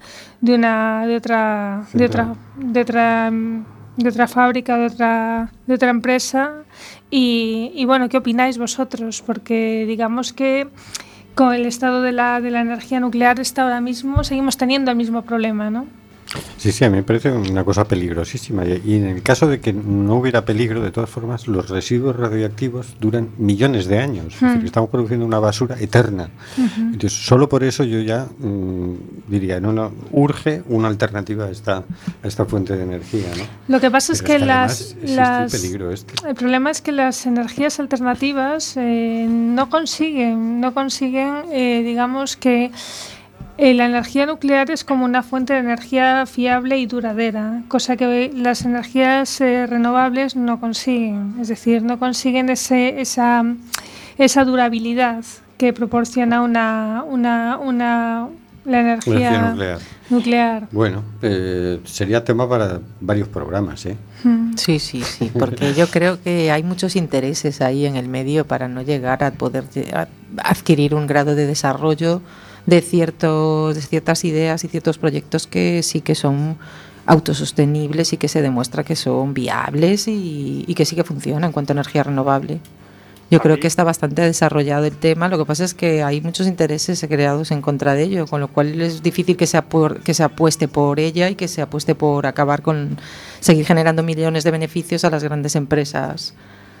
otra fábrica, de otra empresa. Y bueno, ¿qué opináis vosotros? Porque digamos que con el estado de la energía nuclear ahora mismo seguimos teniendo el mismo problema, ¿no? Sí, a mí me parece una cosa peligrosísima. Y en el caso de que no hubiera peligro, de todas formas, los residuos radioactivos duran millones de años. Es decir, estamos produciendo una basura eterna. Entonces, solo por eso yo ya diría, no, urge una alternativa a esta fuente de energía, ¿no? Lo que pasa es que el problema es que las energías alternativas no consiguen, digamos que la energía nuclear es como una fuente de energía fiable y duradera, cosa que las energías renovables no consiguen. Es decir, no consiguen esa durabilidad que proporciona la energía nuclear. Bueno, sería tema para varios programas, ¿eh? Sí, porque yo creo que hay muchos intereses ahí en el medio para no llegar a poder adquirir un grado de desarrollo de ciertas ideas y ciertos proyectos que sí que son autosostenibles y que se demuestra que son viables y que sí que funcionan en cuanto a energía renovable. Yo creo que está bastante desarrollado el tema, lo que pasa es que hay muchos intereses creados en contra de ello, con lo cual es difícil que se apueste por ella y que se apueste por acabar con seguir generando millones de beneficios a las grandes empresas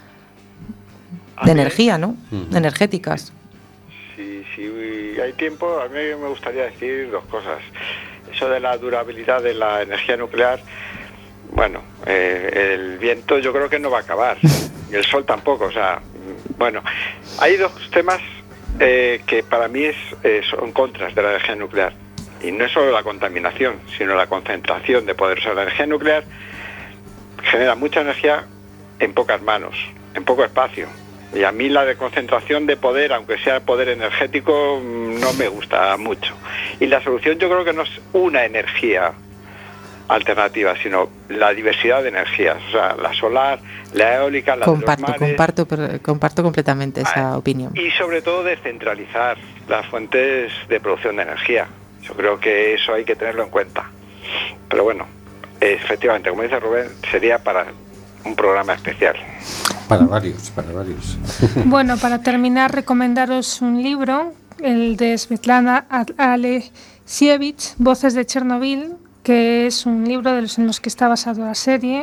de energía, ¿no? Energéticas. Si hay tiempo, a mí me gustaría decir dos cosas. Eso de la durabilidad de la energía nuclear, bueno, el viento yo creo que no va a acabar, y el sol tampoco, o sea, bueno, hay dos temas que para mí son contras de la energía nuclear, y no es solo la contaminación, sino la concentración de poder. O sea, la energía nuclear genera mucha energía en pocas manos, en poco espacio. Y a mí la de concentración de poder, aunque sea poder energético, no me gusta mucho. Y la solución yo creo que no es una energía alternativa, sino la diversidad de energías. O sea, la solar, la eólica, la de los mares. Comparto completamente esa opinión. Y sobre todo descentralizar las fuentes de producción de energía. Yo creo que eso hay que tenerlo en cuenta. Pero bueno, efectivamente, como dice Rubén, sería para un programa especial. Para varios. Bueno, para terminar, recomendaros un libro, el de Svetlana Alexievich, Voces de Chernobyl, que es un libro en los que está basado la serie,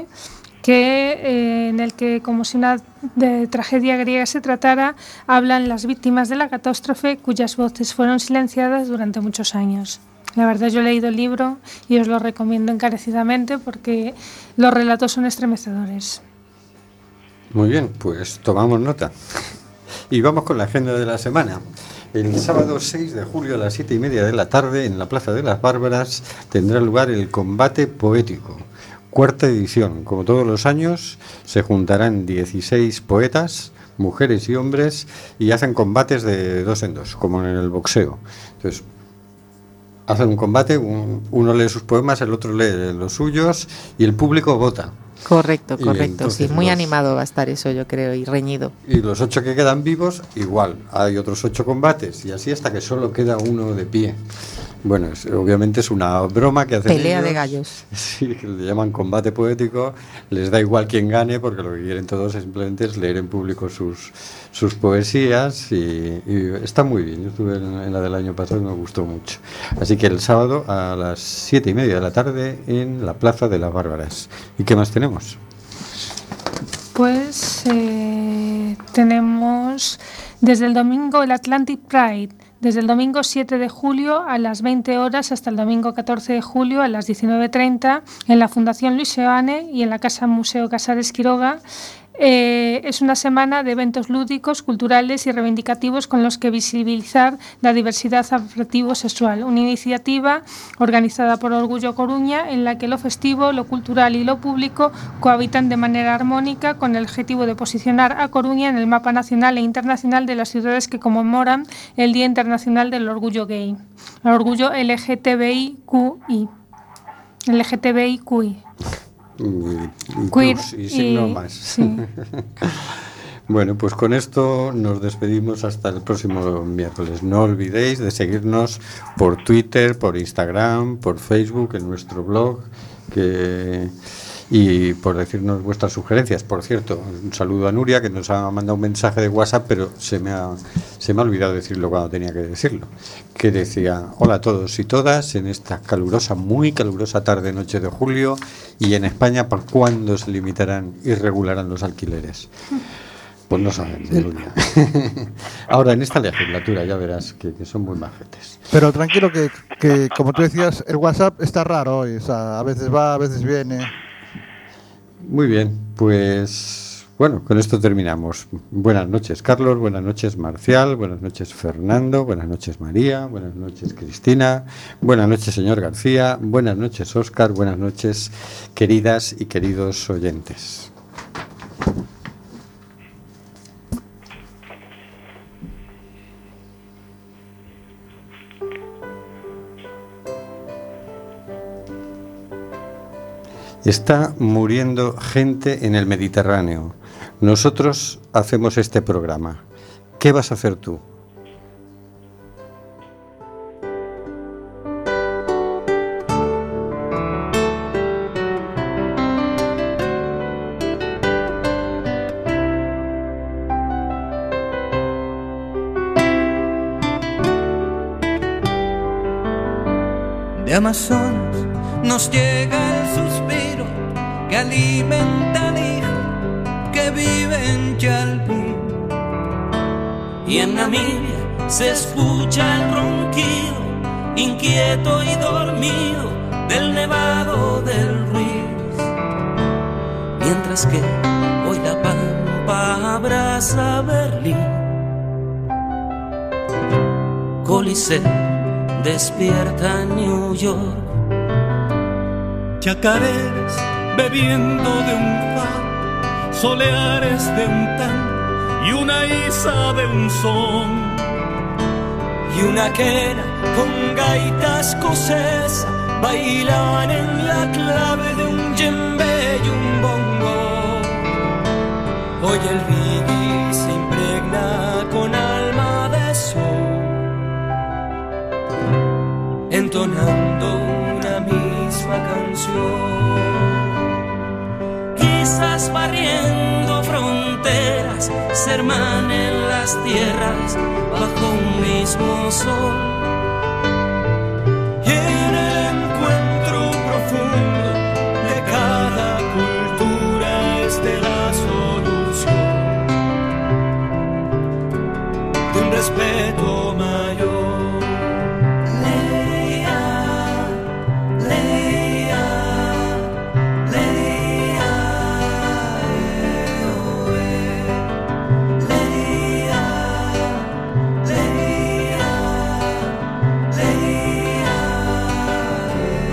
en el que, como si una tragedia griega se tratara, hablan las víctimas de la catástrofe cuyas voces fueron silenciadas durante muchos años. La verdad, yo he leído el libro y os lo recomiendo encarecidamente porque los relatos son estremecedores. Muy bien, pues tomamos nota. Y vamos con la agenda de la semana. El sábado 6 de julio a las 7:30 de la tarde, en la Plaza de las Bárbaras, tendrá lugar el Combate Poético, 4ª edición. Como todos los años, se juntarán 16 poetas, mujeres y hombres, y hacen combates de 2 en 2, como en el boxeo. Entonces, hacen un combate, uno lee sus poemas, el otro lee los suyos, y el público vota. Correcto, sí, muy animado va a estar eso, yo creo, y reñido. Y los 8 que quedan vivos, igual, hay otros 8 combates, y así hasta que solo queda uno de pie. Bueno, obviamente es una broma que hacen Pelea ellos. De gallos. Sí, que le llaman combate poético, les da igual quién gane, porque lo que quieren todos simplemente es leer en público sus poesías, y está muy bien. Yo estuve en la del año pasado y me gustó mucho. Así que el sábado a las 7:30 de la tarde en la Plaza de las Bárbaras. ¿Y qué más tenemos? Pues tenemos desde el domingo el Atlantic Pride, desde el domingo 7 de julio a las 20 horas hasta el domingo 14 de julio a las 19:30 en la Fundación Luis Seoane y en la Casa Museo Casares Quiroga. Es una semana de eventos lúdicos, culturales y reivindicativos con los que visibilizar la diversidad afectivo-sexual. Una iniciativa organizada por Orgullo Coruña en la que lo festivo, lo cultural y lo público cohabitan de manera armónica con el objetivo de posicionar a Coruña en el mapa nacional e internacional de las ciudades que conmemoran el Día Internacional del Orgullo Gay, el orgullo LGTBIQI. Plus, y signo más. Sí. Bueno, pues con esto nos despedimos hasta el próximo miércoles. No olvidéis de seguirnos por Twitter, por Instagram, por Facebook, en nuestro blog, y por decirnos vuestras sugerencias. Por cierto, un saludo a Nuria, que nos ha mandado un mensaje de WhatsApp, pero se me ha olvidado decirlo cuando tenía que decirlo, que decía: hola a todos y todas, en esta muy calurosa tarde-noche de julio, y en España, ¿para cuándo se limitarán y regularán los alquileres? Pues no sabemos, Nuria. Ahora, en esta legislatura ya verás que son muy majetes. Pero tranquilo que, como tú decías, el WhatsApp está raro hoy, o sea, a veces va, a veces viene. Muy bien, pues bueno, con esto terminamos. Buenas noches, Carlos, buenas noches, Marcial, buenas noches, Fernando, buenas noches, María, buenas noches, Cristina, buenas noches, señor García, buenas noches, Óscar, buenas noches, queridas y queridos oyentes. Está muriendo gente en el Mediterráneo. Nosotros hacemos este programa. ¿Qué vas a hacer tú? de Amazonas nos llega el suspiro que alimenta al hijo que vive en Chalpín. Y en Namibia se escucha el ronquido inquieto y dormido del nevado del Ruiz, mientras que hoy la pampa abraza Berlín. Coliseo despierta New York. Chacareras bebiendo de un far, soleares de un tan y una isa de un son. Y una quena con gaita escocesa bailan en la clave de un djembe y un bongo. Hoy el reggae se impregna con alma de sol, entonando una misma canción. Quizás barriendo fronteras se hermanen las tierras bajo un mismo sol.